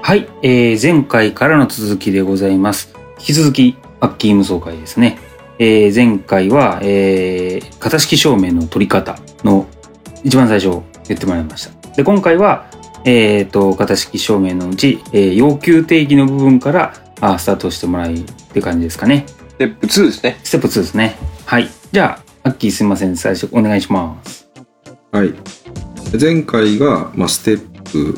はい、前回からの続きでございます。引き続きアッキー無双会ですね。前回は、型式証明の取り方の一番最初言ってもらいました。で今回は、型式証明のうち、要求定義の部分からスタートしてもらいって感じですかね。 ステップ2ですね。 ステップ2ですね。はい。じゃあアッキーすいません、最初お願いします。 はい。前回が、ステップ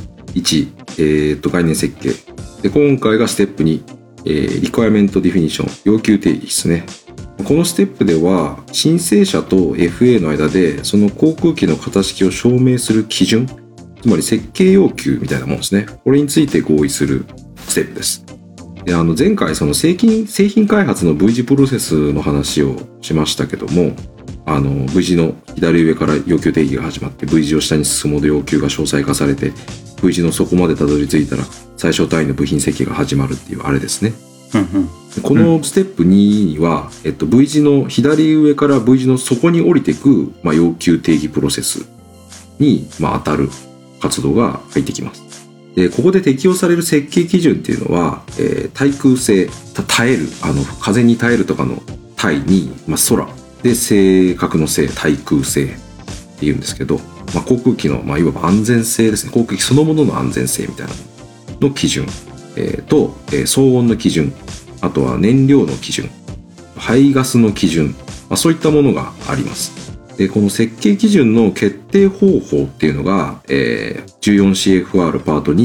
1、概念設計で、今回がステップ2、Requirement Definition 要求定義ですね。このステップでは申請者と FA の間でその航空機の型式を証明する基準、つまり設計要求みたいなものですね。これについて合意するステップです。で前回その製品開発の V 字プロセスの話をしましたけども、V 字の左上から要求定義が始まって V 字を下に進むほど要求が詳細化されて V 字の底までたどり着いたら最小単位の部品設計が始まるっていうあれですね。このステップ2には、V 字の左上から V 字の底に降りていく、要求定義プロセスに、当たる活動が入ってきます。でここで適用される設計基準っていうのは、耐空性、耐える、風に耐えるとかの耐に、空で正確の性、耐空性っていうんですけど、航空機の、いわば安全性ですね。航空機そのものの安全性みたいなの基準、と、騒音の基準、あとは燃料の基準、排ガスの基準、そういったものがあります。でこの設計基準の決定方法っていうのが、14CFR パート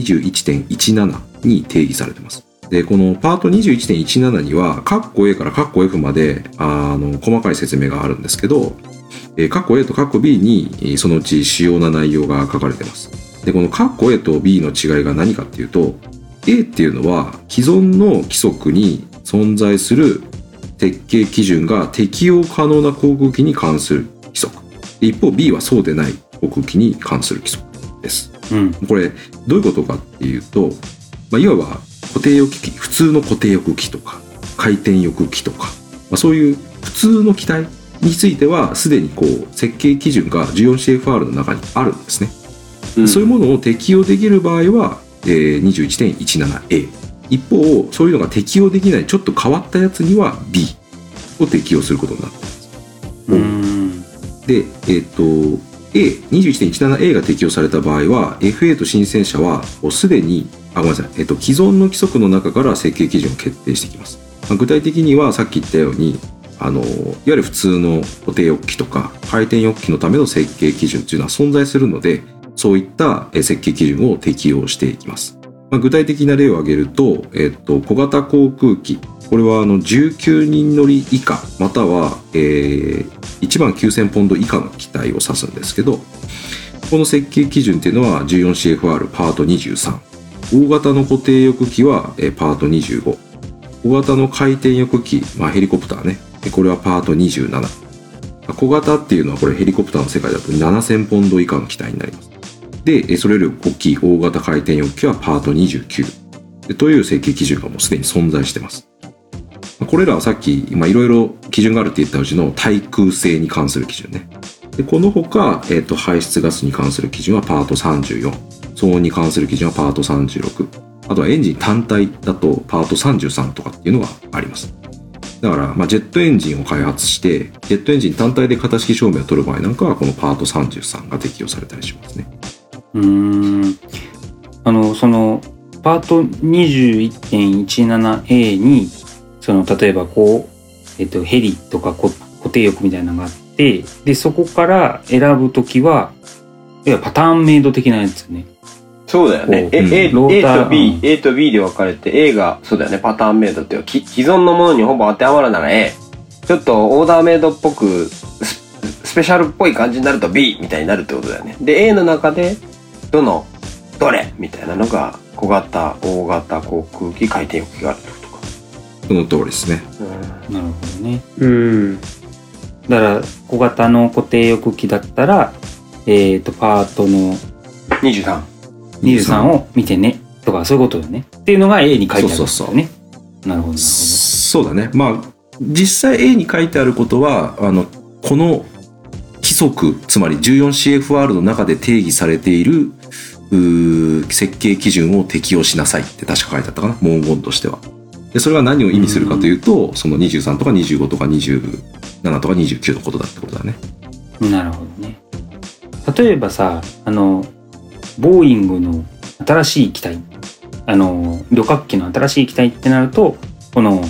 21.17 に定義されています。でこのパート 21.17 にはカッコ A からカッコ F まで細かい説明があるんですけど、カッコ A とカッコ B にそのうち主要な内容が書かれています。でこのカッコ A と B の違いが何かっていうと、 A っていうのは既存の規則に存在する設計基準が適用可能な航空機に関する規則、一方 B はそうでない航空機に関する規則です。これどういうことかっていうと、いわば固定翼機、普通の固定翼機とか回転翼機とか、そういう普通の機体についてはすでに設計基準が 14CFR の中にあるんですね。そういうものを適用できる場合は、21.17A、 一方そういうのが適用できないちょっと変わったやつには B を適用することになっています。で、21.17A が適用された場合は FA と申請者はすでにごめんなさい、既存の規則の中から設計基準を決定してきます。具体的にはさっき言ったようにいわゆる普通の固定翼機とか回転翼機のための設計基準というのは存在するので、そういった設計基準を適用していきます。具体的な例を挙げると、小型航空機、これは19人乗り以下または、19000ポンド以下の機体を指すんですけど、この設計基準っていうのは 14CFR パート23、大型の固定翼機はパート25、小型の回転翼機、ヘリコプターね、これはパート27、小型っていうのはこれヘリコプターの世界だと7000ポンド以下の機体になります。でそれより大きい大型回転翼機はパート29という設計基準がもうすでに存在しています。これらはさっきいろいろ基準があるって言ったうちの耐空性に関する基準ね。でこのほか、排出ガスに関する基準はパート34、騒音に関する基準はパート36、あとはエンジン単体だとパート33とかっていうのがあります。だから、ジェットエンジンを開発してジェットエンジン単体で型式証明を取る場合なんかはこのパート33が適用されたりしますね。 そのパート 21.17A に例えばヘリとか固定翼みたいなのがあって、でそこから選ぶときはパターンメイド的なやつね。 そうだよね。A と B で分かれて A がそうだよね、パターンメイドっていう既存のものにほぼ当てはまるなら A、 ちょっとオーダーメイドっぽくスペシャルっぽい感じになると B みたいになるってことだよね。で A の中でどれみたいなのが小型、大型航空機、回転翼機があるってことか。 その通りですね。 なるほどね。だから小型の固定翼機だったらパートの23を見てねとかそういうことよねっていうのが A に書いてあるんですよね。なるほど。 そうだね。実際 A に書いてあることはこの規則、つまり 14CFR の中で定義されている設計基準を適用しなさいって確か書いてあったかな、文言としては。でそれが何を意味するかというと、その23とか25とか27とか29のことだってことだね。 なるほどね。例えばさ、ボーイングの新しい機体、旅客機の新しい機体ってなると、この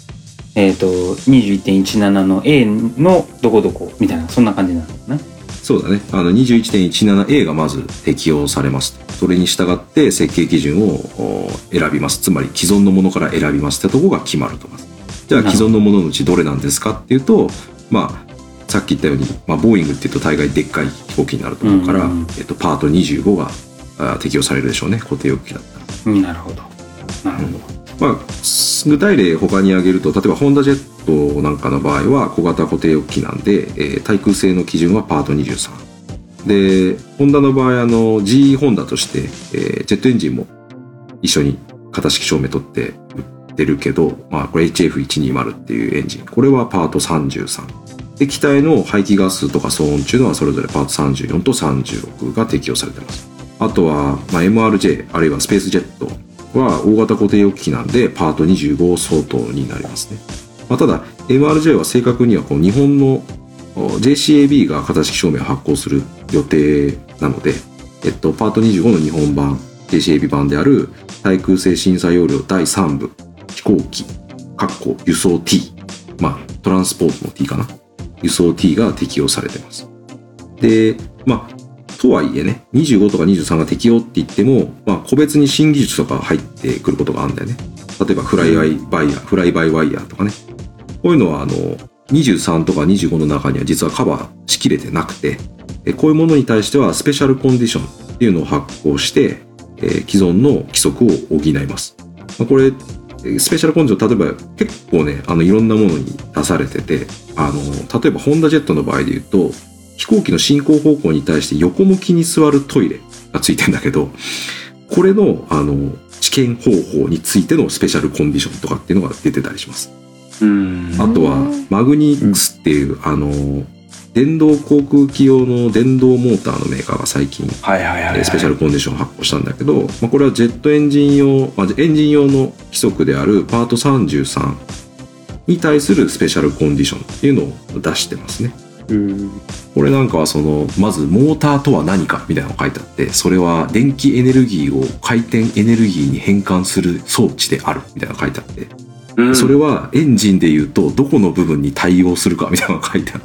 21.17 の A のどこどこみたいな、そんな感じなのかな。 そうだね。21.17A がまず適用されます。それに従って設計基準を選びます。つまり既存のものから選びますってとこが決まるとか。じゃあ既存のもののうちどれなんですかっていうと、さっき言ったように、ボーイングっていうと大概でっかい飛行機になると思うから、パート25が適用されるでしょうね。固定翼機だったら。 なるほど。なるほど。 具体例他に挙げると、例えばホンダジェットなんかの場合は小型固定翼機なんで、対空性の基準はパート23で、ホンダの場合GE ホンダとして、ジェットエンジンも一緒に型式証明取って売ってるけど、これ HF120 っていうエンジン、これはパート33で、機体の排気ガスとか騒音っていうのはそれぞれパート34と36が適用されてます。あとは、MRJ あるいはスペースジェットは大型固定翼機なんでパート25相当になりますね。ただ MRJ は正確には日本の JCAB が型式証明を発行する予定なので、パート25の日本版 JCAB 版である対空性審査要領第3部飛行機輸送 T、トランスポートの T かな、輸送 T が適用されてます。で、とはいえね、25とか23が適用って言っても、個別に新技術とか入ってくることがあるんだよね。例えばフライバイワイヤーとかね。こういうのは23とか25の中には実はカバーしきれてなくて、こういうものに対してはスペシャルコンディションっていうのを発行して、既存の規則を補います。これスペシャルコンディション、例えば結構ね、いろんなものに出されてて、例えばホンダジェットの場合で言うと、飛行機の進行方向に対して横向きに座るトイレがついてんだけど、これの試験方法についてのスペシャルコンディションとかっていうのが出てたりします。あとはマグニックスっていう電動航空機用の電動モーターのメーカーが最近スペシャルコンディションを発行したんだけど、これはジェットエンジン用エンジン用の規則であるパート33に対するスペシャルコンディションっていうのを出してますね。これなんかはまずモーターとは何かみたいなのが書いてあって、それは電気エネルギーを回転エネルギーに変換する装置であるみたいなのが書いてあって、それはエンジンでいうとどこの部分に対応するかみたいなのが書いてあって、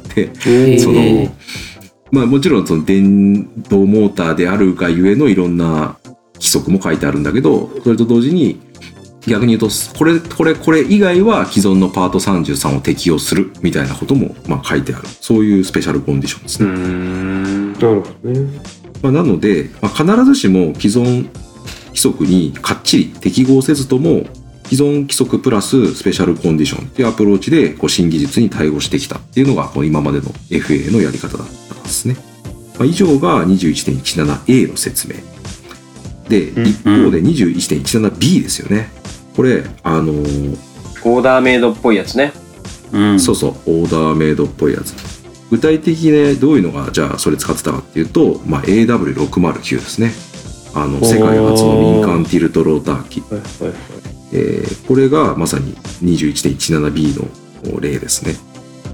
もちろん電動モーターであるがゆえのいろんな規則も書いてあるんだけど、それと同時に逆に言うとこれ以外は既存のパート33を適用するみたいなことも書いてある、そういうスペシャルコンディションですね。 なるほどね。 なので、必ずしも既存規則にかっちり適合せずとも、既存規則プラススペシャルコンディションっていうアプローチで新技術に対応してきたっていうのが今までの FAA のやり方だったんですね。以上が 21.17A の説明で、一方で 21.17B ですよね。これオーダーメイドっぽいやつね。 そうそう、オーダーメイドっぽいやつ。具体的にどういうのがじゃあそれ使ってたかっていうと、AW609 ですね。世界初の民間ティルトローター機。これがまさに 21.17B の例ですね。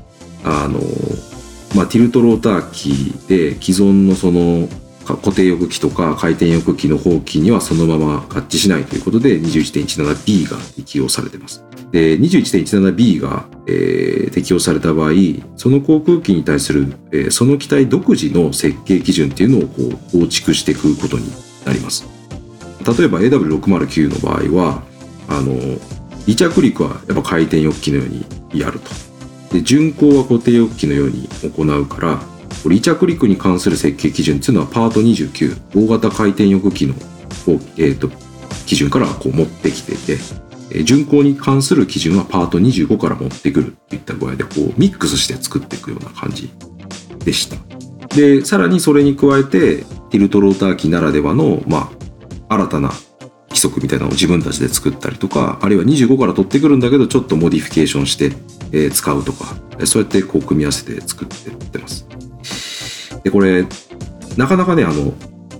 ティルトローター機で既存の固定翼機とか回転翼機の方機にはそのまま合致しないということで 21.17B が適用されています。で 21.17B が、適用された場合、その航空機に対する、その機体独自の設計基準っていうのを構築していくことになります。例えば AW609 の場合は離着陸はやっぱ回転翼機のようにやると。で巡航は固定翼機のように行うから、離着陸に関する設計基準っていうのはパート29大型回転翼機の、基準から持ってきていて、巡航に関する基準はパート25から持ってくるといった具合でミックスして作っていくような感じでした。でさらにそれに加えてティルトローター機ならではの、新たな規則みたいなのを自分たちで作ったりとか、あるいは25から取ってくるんだけどちょっとモディフィケーションして、使うとか、そうやって組み合わせて作っていってます。でこれなかなかね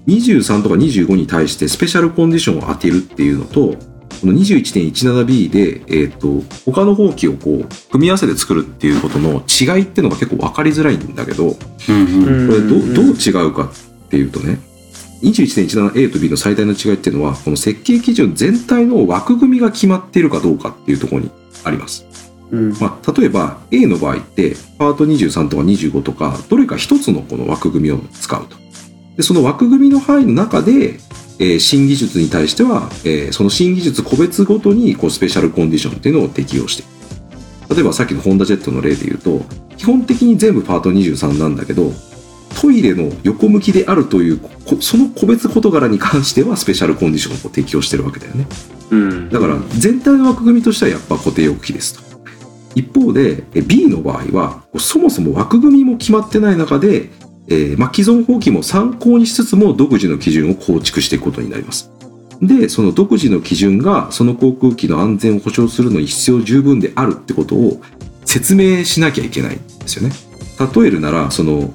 23とか25に対してスペシャルコンディションを当てるっていうのと、この 21.17b で、他の法規をこう組み合わせて作るっていうことの違いっていうのが結構分かりづらいんだけど、これどう違うかっていうとね、21.17a と b の最大の違いっていうのは、この設計基準全体の枠組みが決まっているかどうかっていうところにあります。例えば A の場合ってパート23とか25とかどれか一つのこの枠組みを使うと。でその枠組みの範囲の中で新技術に対しては、その新技術個別ごとにこうスペシャルコンディションっていうのを適用している。例えばさっきのホンダジェットの例で言うと、基本的に全部パート23なんだけど、トイレの横向きであるというその個別事柄に関してはスペシャルコンディションを適用してるわけだよね。だから全体の枠組みとしてはやっぱ固定翼機ですと。一方で B の場合はそもそも枠組みも決まってない中で、既存法規も参考にしつつも独自の基準を構築していくことになります。でその独自の基準がその航空機の安全を保障するのに必要十分であるってことを説明しなきゃいけないんですよね。例えるならその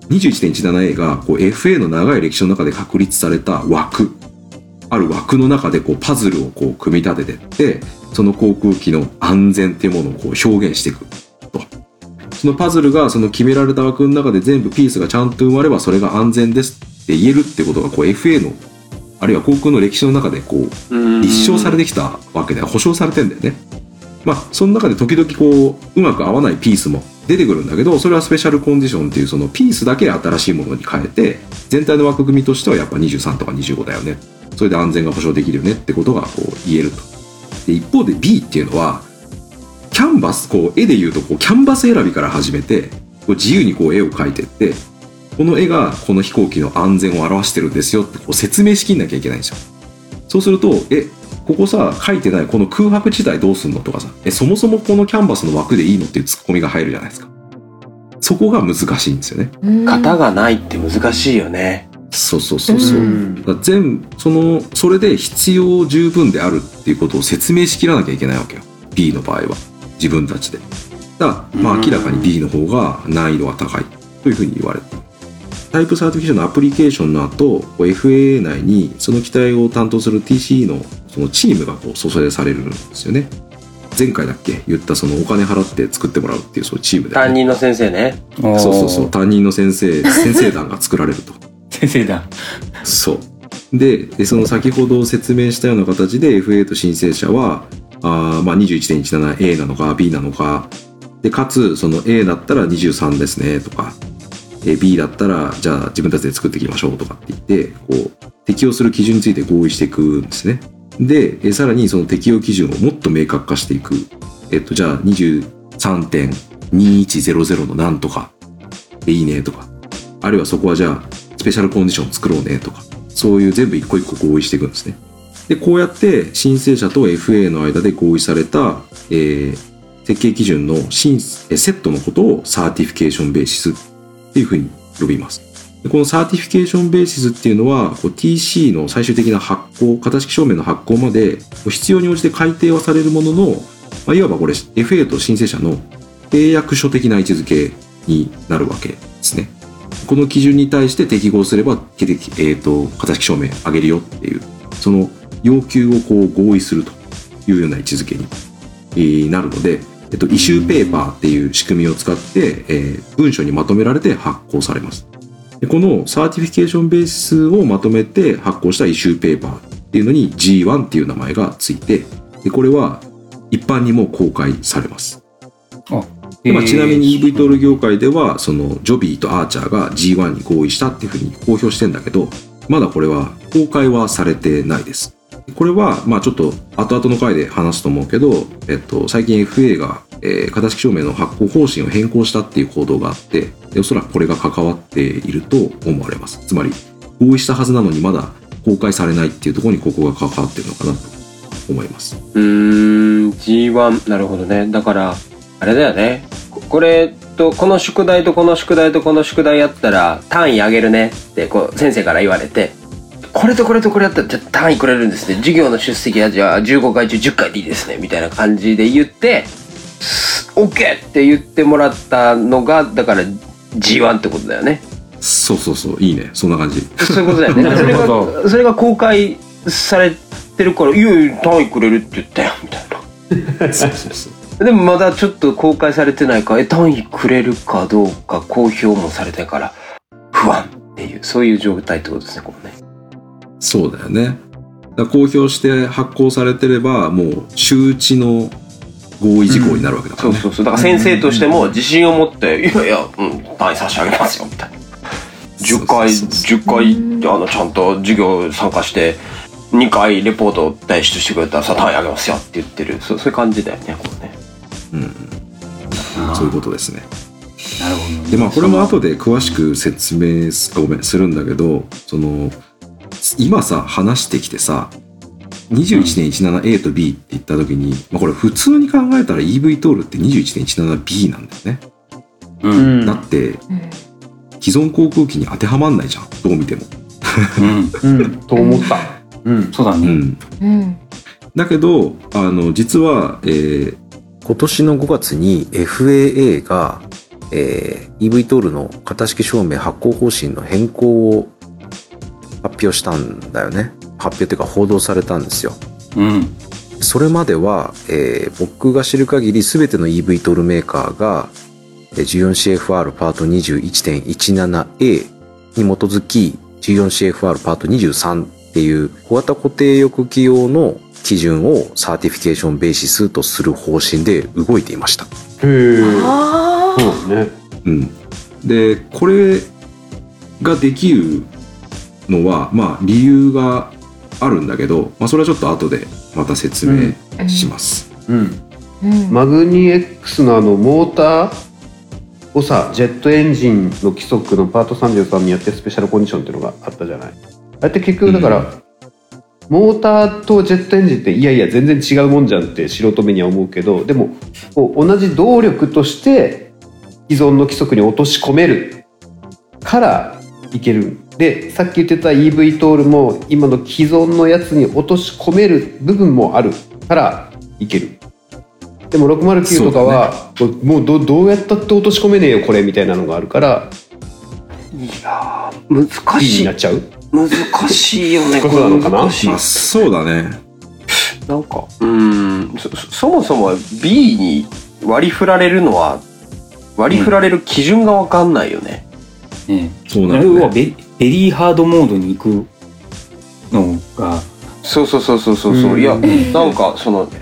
21.17a がこう FA の長い歴史の中で確立された枠、ある枠の中でこうパズルをこう組み立てていって、その航空機の安全っていうものをこう表現していくと。そのパズルがその決められた枠の中で全部ピースがちゃんと埋まればそれが安全ですって言えるってことがこう FA のあるいは航空の歴史の中でこう立証されてきたわけで保証されてんだよね。その中で時々こううまく合わないピースも出てくるんだけど、それはスペシャルコンディションっていうそのピースだけ新しいものに変えて全体の枠組みとしてはやっぱ23とか25だよね、それで安全が保証できるよねってことがこう言えると。で一方で B っていうのはキャンバス、こう絵でいうとこうキャンバス選びから始めてこう自由にこう絵を描いていって、この絵がこの飛行機の安全を表してるんですよってこう説明しきんなきゃいけないんですよ。そうするとここさ書いてないこの空白地帯どうすんのとかさ、そもそもこのキャンバスの枠でいいのっていうツッコミが入るじゃないですか。そこが難しいんですよね。 型がないって難しいよね。 そう。だそれで必要十分であるっていうことを説明しきらなきゃいけないわけよ。B の場合は自分たちで。だから明らかに B の方が難易度が高いというふうに言われている。タイプサーティフィケーションのアプリケーションの後 FAA 内にその機体を担当する TC のそのチームがこう組成されるんですよね。前回だっけ言ったそのお金払って作ってもらうっていうそういうチームで、ね、 担任の先生ね。 そう担任の先生団が作られると先生団。 そうでその先ほど説明したような形で FAA と申請者は21.17A なのか B なのかで、かつその A だったら23ですねとかB だったらじゃあ自分たちで作っていきましょうとかって言ってこう適用する基準について合意していくんですね。でさらにその適用基準をもっと明確化していく。じゃあ 23.2100 のなんとかでいいねとか、あるいはそこはじゃあスペシャルコンディション作ろうねとか、そういう全部一個一個合意していくんですね。でこうやって申請者と FA の間で合意された、設計基準のセットのことをサーティフィケーションベーシスっていうふうに呼びます。このサーティフィケーションベーシスっていうのは TC の最終的な発行、型式証明の発行まで必要に応じて改定はされるものの、いわばこれ FA と申請者の契約書的な位置づけになるわけですね。この基準に対して適合すれば、型式証明上げるよっていうその要求をこう合意するというような位置づけになるので、イシューペーパーっていう仕組みを使って、文書にまとめられて発行されます。でこのサーティフィケーションベースをまとめて発行したイシューペーパーっていうのに G1 っていう名前がついて、でこれは一般にも公開されます。でちなみに eVTOL 業界ではそのジョビーとアーチャーが G1 に合意したっていうふうに公表してんだけど、まだこれは公開はされてないです。これはちょっと後々の回で話すと思うけど、最近 FA が、型式証明の発行方針を変更したっていう報道があって、おそらくこれが関わっていると思われます。つまり合意したはずなのにまだ公開されないっていうところにここが関わってるのかなと思います。 G1 なるほどね。だからあれだよね。これとこの宿題とこの宿題とこの宿題やったら単位上げるねってこう先生から言われて、これとこれとこれやったらじゃあ単位くれるんですね。授業の出席はじゃあ15回中10回でいいですねみたいな感じで言って OK って言ってもらったのがだから G1 ってことだよね。 そうそうそう、いいね、そんな感じ。 そういうことだよね。それが公開されてるから「いやいや単位くれるって言ったよ」みたいな。 そうそうそう。 でもまだちょっと公開されてないから単位くれるかどうか公表もされてないから不安っていう、そういう状態ってことですね、これね。 そうだよね。だ公表して発行されてればもう周知の合意事項になるわけだからね。 そうだから先生としても自信を持って「いやいや、単位差し上げますよ」みたいな。10回ちゃんと授業参加して2回レポートを提出してくれたらさ単位あげますよって言ってる、そういう感じだよね、これね。 そういうことですね。 なるほど、ね。 でこれも後で詳しく説明するんだけど、今さ話してきてさ 21.17A と B って言った時に、これ普通に考えたら EVTOL って 21.17B なんだよね。だって既存航空機に当てはまんないじゃん、どう見ても。 と思った。 そうだね。 だけど実は、今年の5月に FAA が、EVTOL の型式証明発行方針の変更を発表したんだよね。発表というか報道されたんですよ。それまでは、僕が知る限り全ての EVTOL メーカーが 14CFR パート 21.17A に基づき 14CFR パート23っていう小型固定翼機用の基準をサーティフィケーションベーシスとする方針で動いていました。 そうね。 でこれができるのは理由があるんだけど、それはちょっと後でまた説明します。 マグニ X のモーターをさ、ジェットエンジンの規則のパート33によってスペシャルコンディションっていうのがあったじゃない。あれって結局だから、モーターとジェットエンジンっていやいや全然違うもんじゃんって素人目には思うけど、でも同じ動力として既存の規則に落とし込めるからいける。でさっき言ってた EVTOL も今の既存のやつに落とし込める部分もあるからいける。でも609とかは、もうどうやったって落とし込めねえよこれみたいなのがあるから、 いや難しい。 になっちゃう。 難しいよね。 ことなのかな。 そうだね。 なんかそもそも B に割り振られる基準が分かんないよね。 そうなんだね。 ベリーハードモードに行くのが。 そういやなんか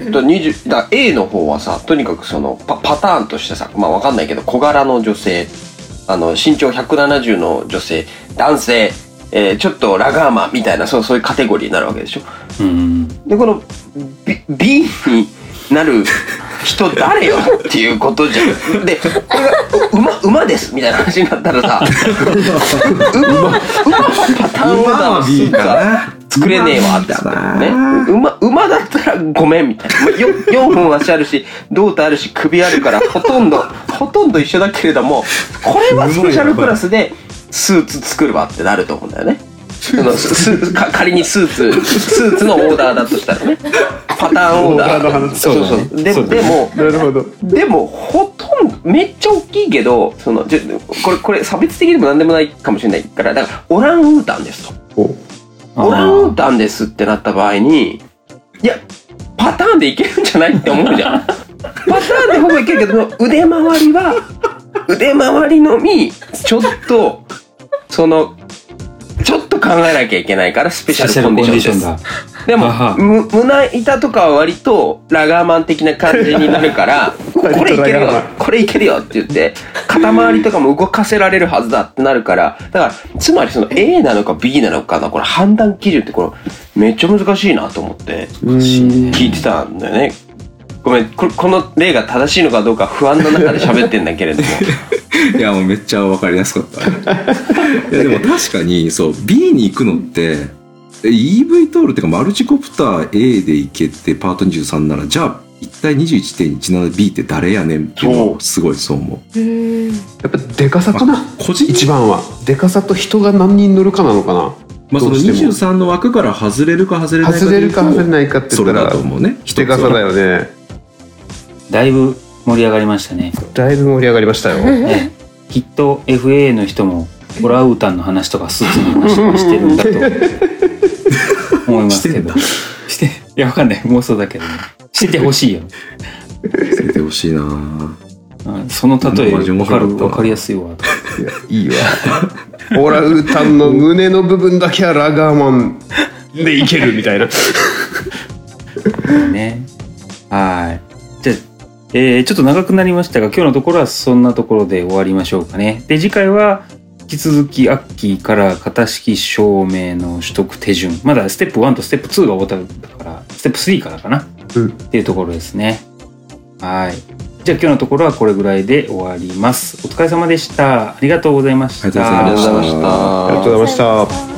A の方はさ、とにかくパターンとしてさ、分かんないけど小柄の女性、身長170の女性、男性、ちょっとラガーマンみたいなそういうカテゴリーになるわけでしょ。でこの B になる人誰よっていうことじゃん。でこれが馬ですみたいな話になったらさ馬パターンオーダーのスーツは作れねえわってね。馬だったらごめんみたいな。4本足あるし胴体あるし首あるからほとんど一緒だけれども、これはスペシャルクラスでスーツ作るわってなると思うんだよね。仮にスーツのオーダーだとしたらね、パターンオーダーの話。そうでもなるほど。 でもほとんどめっちゃ大きいけど、これ差別的でもなんでもないかもしれないから、だからオランウータンですと。オランウータンですってなった場合に、いやパターンでいけるんじゃないって思うじゃん。パターンでほぼいけるけど、腕回りのみちょっと考えなきゃいけないからスペシャルコンディションです。でも胸板とかは割とラガーマン的な感じになるからこれいけるよって言って肩周りとかも動かせられるはずだってなるから、だからつまりA なのか B なのかのこれ判断基準ってこれめっちゃ難しいなと思って聞いてたんだよね。ごめん、この例が正しいのかどうか不安の中で喋ってんだけれどもいやもうめっちゃ分かりやすかったいやでも確かにそう B に行くのって EVTOL っていうかマルチコプター A で行けてパート23なら、じゃあ一体 21.17B って誰やねんっていうのすごいそう思う。 やっぱでかさかな。一番はでかさと人が何人乗るかなのかな。 その23の枠から外れるか外れないか外れるか外れないかって言ったらそれだと思うね。 でかさだよね。 だいぶ盛り上がりましたね。 だいぶ盛り上がりましたよ。 きっと FA の人もオランウータンの話とかスーツの話とかしてるんだと思いますけどしていやわかんない妄想だけどねしててほしいよしててほしいな。 その例えわかりやすいわいいわオランウータンの胸の部分だけはラガーマンでいけるみたいなね。はいじゃあちょっと長くなりましたが今日のところはそんなところで終わりましょうかね。で次回は引き続きアッキーから型式証明の取得手順、まだステップ1とステップ2が終わったからステップ3からかな、っていうところですね。はいじゃあ今日のところはこれぐらいで終わります。お疲れ様でした。ありがとうございました。 ありがとうございました。 ありがとうございました。